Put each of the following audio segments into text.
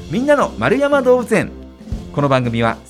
みんなの丸山動物園。この番組は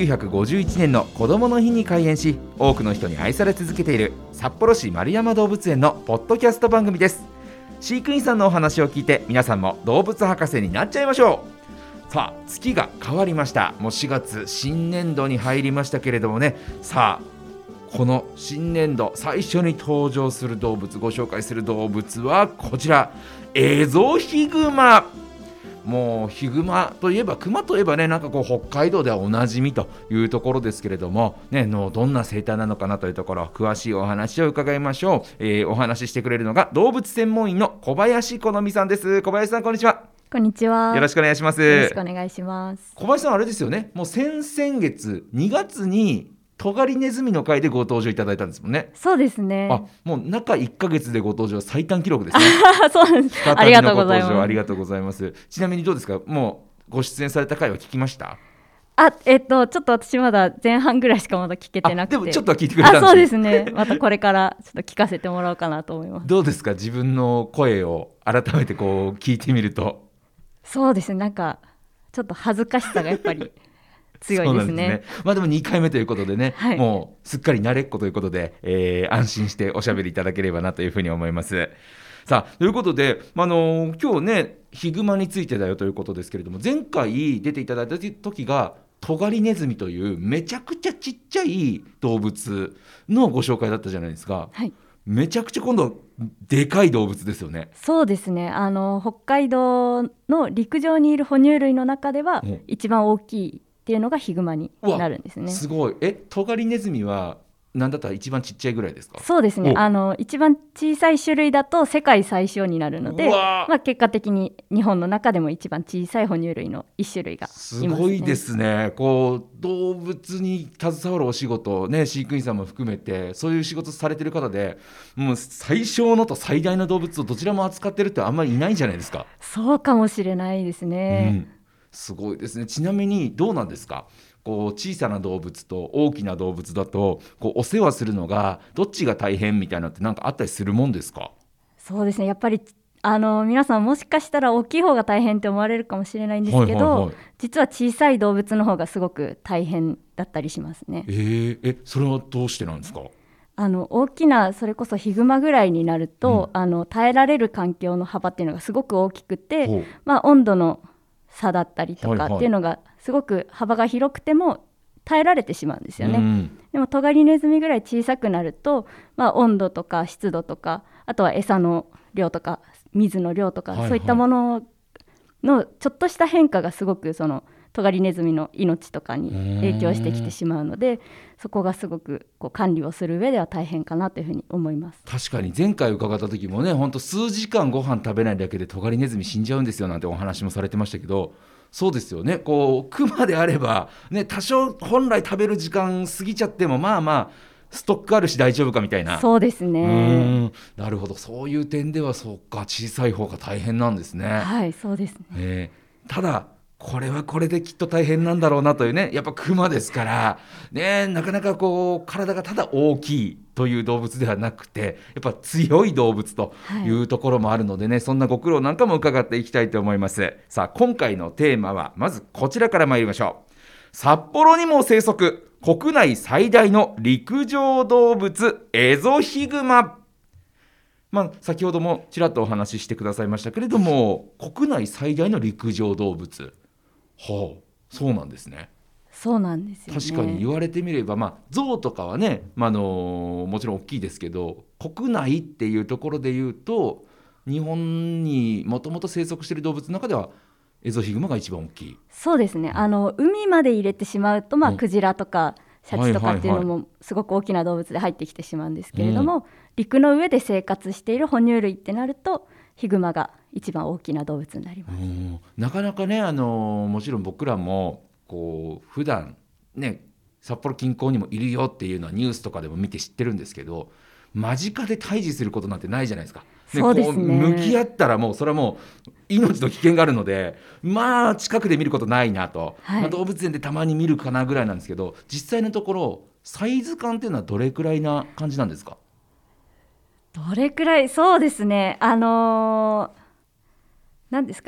1951年の子どもの日に開園し、多くの人に愛され続けている札幌市丸山動物園のポッドキャスト番組です。飼育員さんのお話を聞いて、皆さんも動物博士になっちゃいましょう。さあ、月が変わりました。もう4月新年度に入りましたけれどもね、さあこの新年度最初に登場する動物、ご紹介する動物はこちら、エゾヒグマ。もうヒグマといえば、クマといえばね、なんかこう北海道ではおなじみというところですけれども、ね、どんな生態なのかなというところ、詳しいお話を伺いましょう。お話ししてくれるのが動物専門員の小林好美さんです。小林さん、こんにちは。 こんにちは。 よろしくお願いします。 よろしくお願いします。 小林さん、あれですよね、もう先々月2月にトガリネズミの会でご登場いただいたんですもんね。 そうですね。 もう中1ヶ月でご登場、最短記録ですね。 そうです。ありがとうございます。 ありがとうございます。ちなみにどうですか、もうご出演された回は聞きました？ ちょっと私まだ前半ぐらいしかまだ聞けてなくて。 でもちょっとは聞いてくれたんですね。 そうですね。またこれからちょっと聞かせてもらおうかなと思います。 どうですか、自分の声を改めてこう聞いてみると。 そうですね、なんかちょっと恥ずかしさがやっぱり強いですね。 そうなんですね。でも2回目ということでね、 はい、 もうすっかり慣れっこということで、安心しておしゃべりいただければなというふうに思います。さあ、ということで、今日ね、ヒグマについてだよということですけれども、前回出ていただいた時がトガリネズミというめちゃくちゃちっちゃい動物のご紹介だったじゃないですか。 はい、 めちゃくちゃ今度でかい動物ですよね。 そうですね。北海道の陸上にいる哺乳類の中では一番大きいっていうのがヒグマになるんですね。 すごい。トガリネズミは何だったら一番ちっちゃいぐらいですか？ そうですね。一番小さい種類だと世界最小になるので、結果的に日本の中でも一番小さい哺乳類の一種類がいますね。 すごいですね。こう動物に携わるお仕事ね、飼育員さんも含めてそういう仕事されてる方で、もう最小のと最大の動物をどちらも扱ってるってあんまりいないんじゃないですか？ そうかもしれないですね。 すごいですね。ちなみにどうなんですか、こう小さな動物と大きな動物だとこうお世話するのがどっちが大変みたいなのって何かあったりするもんですか？ そうですね、やっぱり皆さんもしかしたら大きい方が大変って思われるかもしれないんですけど、実は小さい動物の方がすごく大変だったりしますね。 それはどうしてなんですか？ 大きな、それこそヒグマぐらいになると、耐えられる環境の幅っていうのがすごく大きくて、温度の差だったりとかっていうのがすごく幅が広くても耐えられてしまうんですよね。でもトガリネズミぐらい小さくなると、温度とか湿度とか、あとは餌の量とか水の量とか、そういったもののちょっとした変化がすごくそのトガリネズミの命とかに影響してきてしまうので、そこがすごくこう管理をする上では大変かなというふうに思います。 確かに前回伺った時もね、本当数時間ご飯食べないだけでトガリネズミ死んじゃうんですよなんてお話もされてましたけど、そうですよね。こうクマであれば、ね、多少本来食べる時間過ぎちゃってもまあストックあるし大丈夫かみたいな。 そうですね。 なるほど、そういう点ではそうか、小さい方が大変なんですね。 はい、そうですね。 ただこれはこれできっと大変なんだろうなというね、やっぱクマですからね、なかなかこう体がただ大きいという動物ではなくて、やっぱ強い動物というところもあるのでね、そんなご苦労なんかも伺っていきたいと思います。さあ、今回のテーマはまずこちらから参りましょう。札幌にも生息、国内最大の陸上動物エゾヒグマ。先ほどもちらっとお話ししてくださいましたけれども、国内最大の陸上動物。そうなんですね。 そうなんですよね。 確かに言われてみれば、象とかはね、もちろん大きいですけど、国内っていうところで言うと日本にもともと生息している動物の中ではエゾヒグマが一番大きい。 そうですね。海まで入れてしまうと、クジラとかシャチとかっていうのもすごく大きな動物で入ってきてしまうんですけれども、陸の上で生活している哺乳類ってなるとヒグマが一番大きな動物になります。 なかなかね、もちろん僕らもこう普段ね、札幌近郊にもいるよっていうのはニュースとかでも見て知ってるんですけど、間近で対峙することなんてないじゃないですか。 そうですね。 向き合ったらもうそれはもう命の危険があるので、近くで見ることないなと、動物園でたまに見るかなぐらいなんですけど、実際のところサイズ感っていうのはどれくらいな感じなんですか？ どれくらい、そうですね、何ですかね、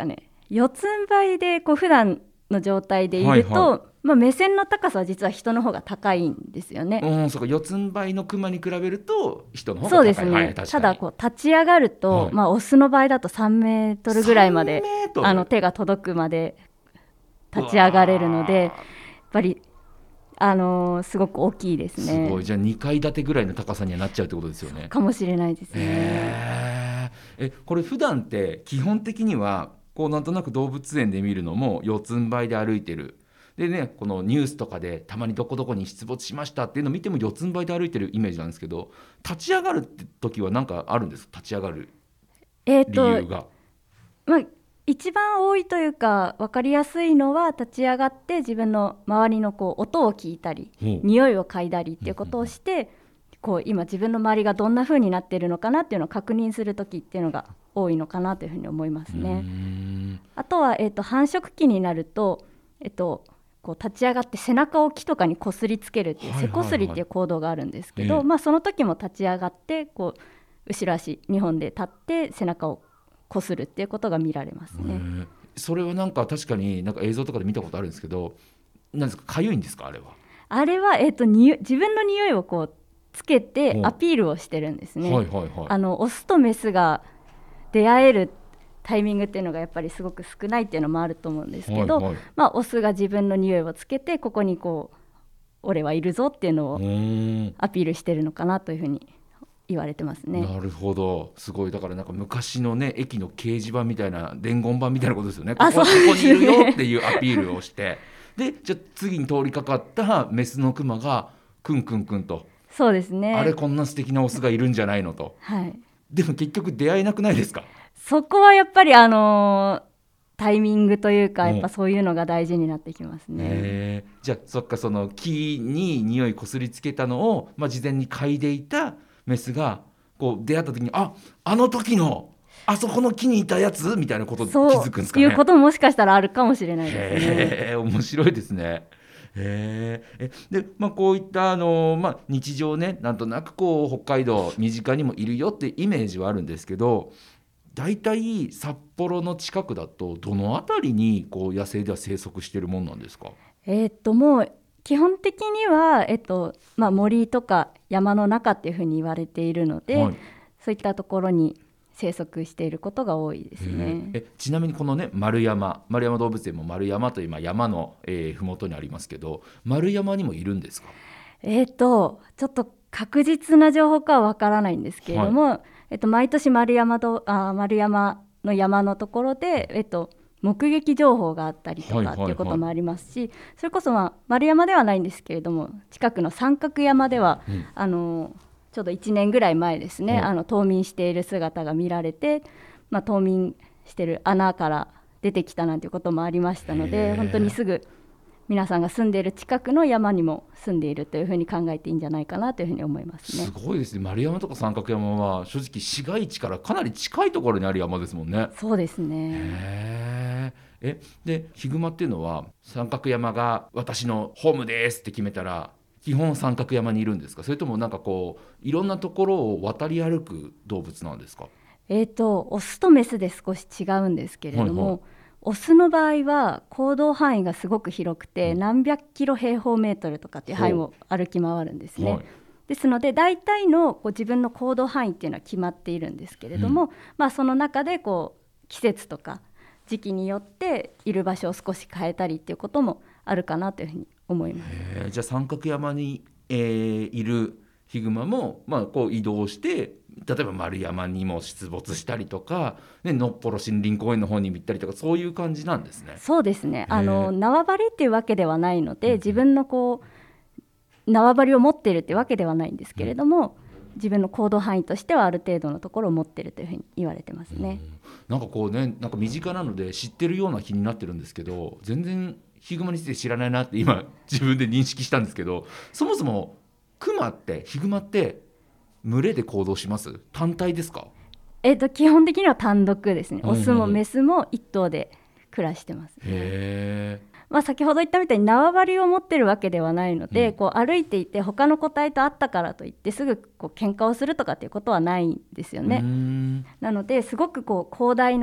四つん這いでこう普段の状態でいると、目線の高さは実は人の方が高いんですよね。 そうか、四つん這いのクマに比べると人の方が高い。 そうですね、ただこう立ち上がると、オスの場合だと3メートルぐらいまで手が届くまで立ち上がれるので、やっぱりすごく大きいですね。 すごい。じゃあ2階建てぐらいの高さにはなっちゃうってことですよね。 かもしれないですね。 これ普段って基本的にはこうなんとなく動物園で見るのも四つん這いで歩いてるでね、このニュースとかでたまにどこどこに出没しましたっていうのを見ても四つん這いで歩いてるイメージなんですけど、立ち上がるって時は何かあるんですか？立ち上がる理由が。 一番多いというか分かりやすいのは、立ち上がって自分の周りのこう音を聞いたり匂いを嗅いだりっていうことをして、こう今自分の周りがどんな風になっているのかなっていうのを確認する時っていうのが多いのかなというふうに思いますね。あとは、繁殖期になると、こう立ち上がって背中を木とかにこすりつけるっていう背こすりっていう行動があるんですけど、その時も立ち上がってこう後ろ足2本で立って背中をこするっていうことが見られますね。 それはなんか確かになんか映像とかで見たことあるんですけど、なんですか、かゆいんですか？あれは、 自分の匂いをこうつけてアピールをしてるんですね。オスとメスが出会えるタイミングっていうのがやっぱりすごく少ないっていうのもあると思うんですけど、オスが自分の匂いをつけてここにこう俺はいるぞっていうのをアピールしてるのかなというふうに言われてますね。 なるほど、すごい。だからなんか昔のね、駅の掲示板みたいな伝言板みたいなことですよね。ここにいるよっていうアピールをしてでじゃあ次に通りかかったメスのクマがクンクンクンと、 そうですね、 あれこんな素敵なオスがいるんじゃないのと、でも結局出会えなくないですか？ そこはやっぱりタイミングというか、やっぱそういうのが大事になってきますね。 じゃあそっか、その木に匂いこすりつけたのを、事前に嗅いでいたメスがこう出会った時に、あの時のあそこの木にいたやつみたいなことで気づくんですかね。 そういうことももしかしたらあるかもしれないですね。 面白いですね。でこういった日常ね、なんとなくこう北海道身近にもいるよってイメージはあるんですけど、だいたい札幌の近くだとどのあたりにこう野生では生息しているもんなんですか？ もう基本的には、森とか山の中っていうふうに言われているので、そういったところに生息していることが多いですね。 ちなみにこのね、丸山動物園も丸山という山の、麓にありますけど、丸山にもいるんですか？ちょっと確実な情報かはわからないんですけれども、毎年丸山の山のところで、目撃情報があったりとかっていうこともありますし、それこそ丸山ではないんですけれども、近くの三角山では、ちょうど1年ぐらい前ですね、冬眠している姿が見られて、冬眠している穴から出てきたなんていうこともありましたので、本当にすぐ皆さんが住んでいる近くの山にも住んでいるというふうに考えていいんじゃないかなというふうに思いますね。 すごいですね。丸山とか三角山は正直市街地からかなり近いところにある山ですもんね。 そうですね。 でヒグマっていうのは三角山が私のホームですって決めたら基本三角山にいるんですか？それともなんかこういろんなところを渡り歩く動物なんですか？ オスとメスで少し違うんですけれども、オスの場合は行動範囲がすごく広くて、何百キロ平方メートルとかっていう範囲を歩き回るんですね。ですので大体のこう自分の行動範囲っていうのは決まっているんですけれども、その中でこう季節とか時期によっている場所を少し変えたりっていうこともあるかなというふうに思います。 じゃあ三角山に、いるヒグマも、こう移動して例えば丸山にも出没したりとか、のっぽろ森林公園の方にも行ったりとか、そういう感じなんですね。 そうですね、縄張りっていうわけではないので、自分のこう縄張りを持っているっていうわけではないんですけれども、自分の行動範囲としてはある程度のところを持っているというふうに言われてますね。 なんかこうね、なんか身近なので知ってるような気になってるんですけど、全然ヒグマについて知らないなって今自分で認識したんですけど、そもそもヒグマって群れで行動します？単体ですか？ 基本的には単独ですね。オスもメスも一頭で暮らしてます。先ほど言ったみたいに縄張りを持ってるわけではないので、こう歩いていて他の個体と会ったからといってすぐこう喧嘩をするとかっていうことはないんですよね。なのですごくこう広大な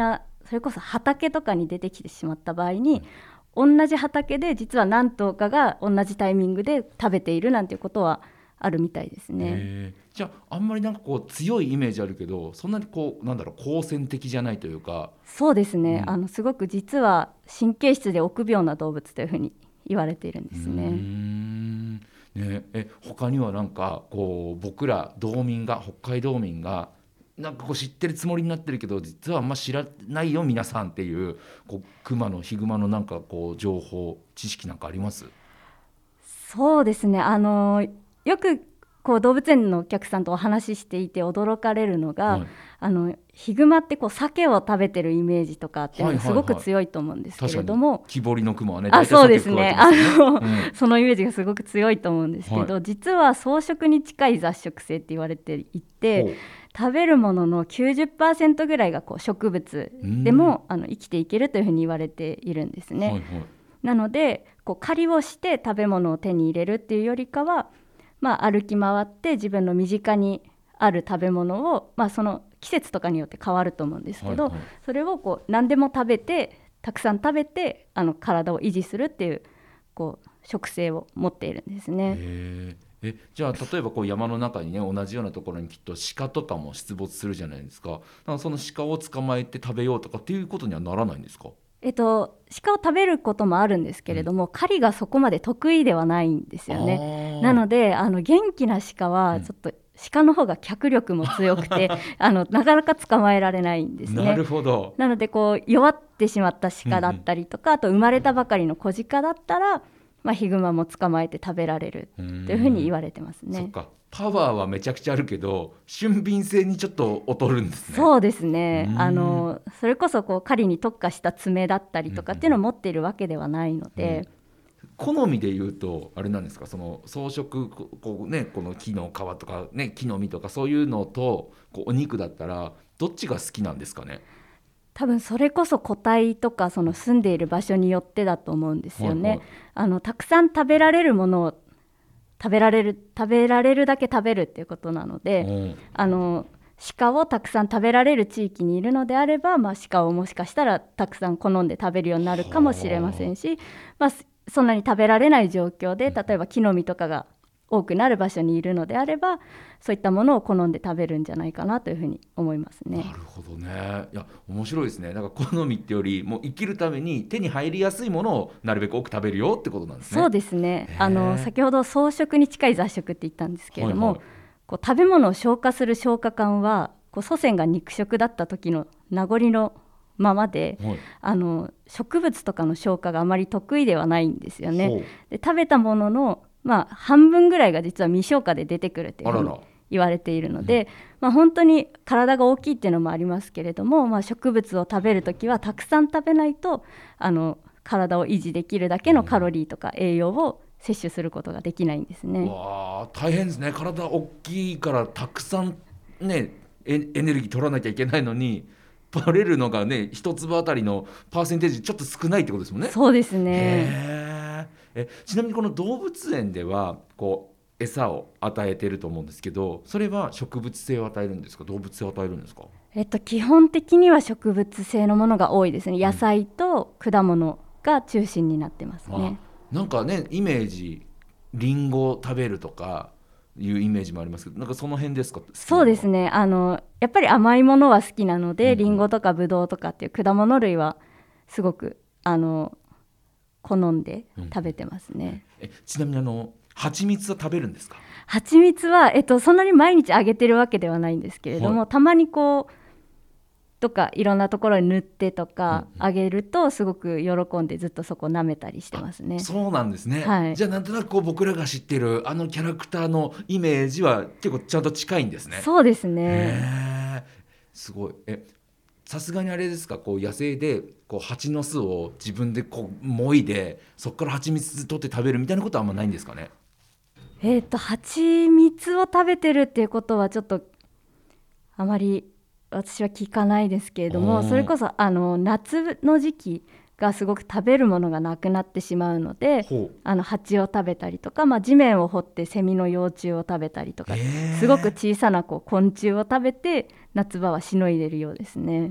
それこそ畑とかに出てきてしまった場合に、同じ畑で実は何頭かが同じタイミングで食べているなんていうことはあるみたいですね。 じゃああんまりなんかこう強いイメージあるけど、そんなにこうなんだろう、好戦的じゃないというか。 そうですね、すごく実は神経質で臆病な動物というふうに言われているんですね。 他にはなんかこう僕ら道民が、北海道民がなんかこう知ってるつもりになってるけど実はあんま知らないよ皆さんっていう、こうクマのヒグマのなんかこう情報知識なんかあります？ そうですね、よくこう動物園のお客さんとお話ししていて驚かれるのが、ヒグマってこう鮭を食べてるイメージとかっていうのがすごく強いと思うんですけれども、 木彫りのクマはね、 そうですね、そのイメージがすごく強いと思うんですけど、実は草食に近い雑食性って言われていて、食べるものの 90% ぐらいがこう植物でも生きていけるというふうに言われているんですね。なのでこう狩りをして食べ物を手に入れるっていうよりかは、歩き回って自分の身近にある食べ物を、その季節とかによって変わると思うんですけど、それをこう何でも食べて、たくさん食べて体を維持するっていう、こう食性を持っているんですね。 じゃあ例えばこう山の中にね、同じようなところにきっと鹿とかも出没するじゃないですか。だからその鹿を捕まえて食べようとかっていうことにはならないんですか？ 鹿を食べることもあるんですけれども、狩りがそこまで得意ではないんですよね。なので元気な鹿はちょっと、鹿の方が脚力も強くてなかなか捕まえられないんですね。 なるほど。 なのでこう弱ってしまった鹿だったりとか、あと生まれたばかりの子鹿だったら、ヒグマも捕まえて食べられるというふうに言われてますね。 そっか、パワーはめちゃくちゃあるけど俊敏性にちょっと劣るんですね。 そうですね、それこそこう狩りに特化した爪だったりとかっていうのを持っているわけではないので、 好みで言うとあれなんですか、その草食こう、ね、この木の皮とか、ね、木の実とかそういうのとこうお肉だったらどっちが好きなんですかね？ 多分それこそ個体とかその住んでいる場所によってだと思うんですよね。たくさん食べられるものを食べられるだけ食べるっていうことなので、鹿をたくさん食べられる地域にいるのであれば、鹿をもしかしたらたくさん好んで食べるようになるかもしれませんし、そんなに食べられない状況で例えば木の実とかが多くなる場所にいるのであれば、そういったものを好んで食べるんじゃないかなというふうに思いますね。 なるほどね。いや面白いですね。なんか好みってよりもう生きるために手に入りやすいものをなるべく多く食べるよってことなんですね。 そうですね。先ほど草食に近い雑食って言ったんですけれども、こう食べ物を消化する消化管はこう祖先が肉食だった時の名残のままで、植物とかの消化があまり得意ではないんですよね。で食べたものの半分ぐらいが実は未消化で出てくるというふうに言われているので、本当に体が大きいっていうのもありますけれども、植物を食べるときはたくさん食べないと体を維持できるだけのカロリーとか栄養を摂取することができないんですね。 わー大変ですね。体大きいからたくさん、ね、エネルギー取らなきゃいけないのに取れるのがね、一粒あたりのパーセンテージちょっと少ないってことですもんね。 そうですね。 ちなみにこの動物園ではこう餌を与えてると思うんですけど、それは植物性を与えるんですか、動物性を与えるんですか？ 基本的には植物性のものが多いですね。野菜と果物が中心になってますね。 なんかね、イメージリンゴを食べるとかいうイメージもありますけど、なんかその辺ですか？ そうですね、やっぱり甘いものは好きなので、リンゴとかブドウとかっていう果物類はすごく好んで食べてますね。 ちなみに蜂蜜は食べるんですか？ 蜂蜜は、そんなに毎日あげてるわけではないんですけれども、たまにこうとかいろんなところに塗ってとかあげるとすごく喜んでずっとそこ舐めたりしてますね。 そうなんですね、じゃあなんとなくこう僕らが知ってるキャラクターのイメージは結構ちゃんと近いんですね。 そうですね。 すごい。さすがにあれですか、こう野生でこう蜂の巣を自分でこうもいでそこから蜂蜜取って食べるみたいなことはあんまないんですかね？ 蜂蜜を食べてるっていうことはちょっとあまり私は聞かないですけれども、それこそ夏の時期がすごく食べるものがなくなってしまうので、蜂を食べたりとか、地面を掘ってセミの幼虫を食べたりとか、すごく小さな昆虫を食べて夏場はしのいでるようですね。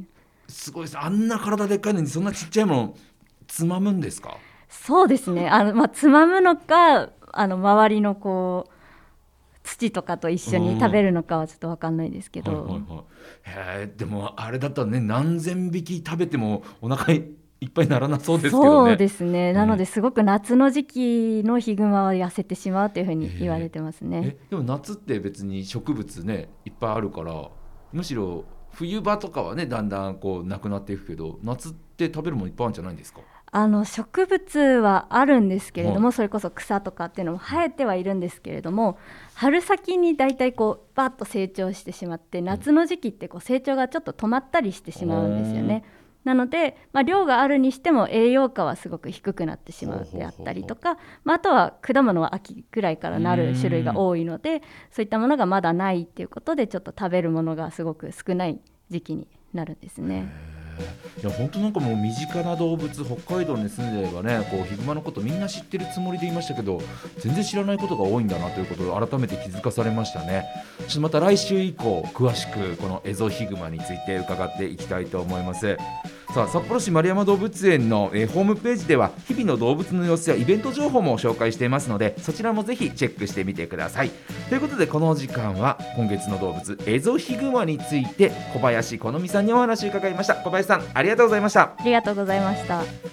すごいです。あんな体でっかいのにそんなちっちゃいものつまむんですか？ そうですね、つまむのか周りのこう土とかと一緒に食べるのかはちょっと分かんないですけど、 でもあれだったらね、何千匹食べてもお腹いっぱいにならなそうですけどね。 そうですね、なのですごく夏の時期のヒグマは痩せてしまうというふうに言われてますね。 でも夏って別に植物ねいっぱいあるから、むしろ冬場とかはねだんだんこうなくなっていくけど、夏って食べるものいっぱいあるんじゃないんですか？ 植物はあるんですけれども、それこそ草とかっていうのも生えてはいるんですけれども、春先にだいたいこうバッと成長してしまって、夏の時期ってこう成長がちょっと止まったりしてしまうんですよね。なので、量があるにしても栄養価はすごく低くなってしまうであったりとか、あとは果物は秋くらいからなる種類が多いので、そういったものがまだないっていうことでちょっと食べるものがすごく少ない時期になるんですね。 いや本当なんかもう身近な動物、北海道に住んでればね、こうヒグマのことみんな知ってるつもりでいましたけど、全然知らないことが多いんだなということを改めて気づかされましたね。ちょっとまた来週以降詳しくこのエゾヒグマについて伺っていきたいと思います。さあ、札幌市円山動物園の、ホームページでは日々の動物の様子やイベント情報も紹介していますので、そちらもぜひチェックしてみてください。ということでこの時間は今月の動物エゾヒグマについて小林好美さんにお話を伺いました。小林さん、ありがとうございました。 ありがとうございました。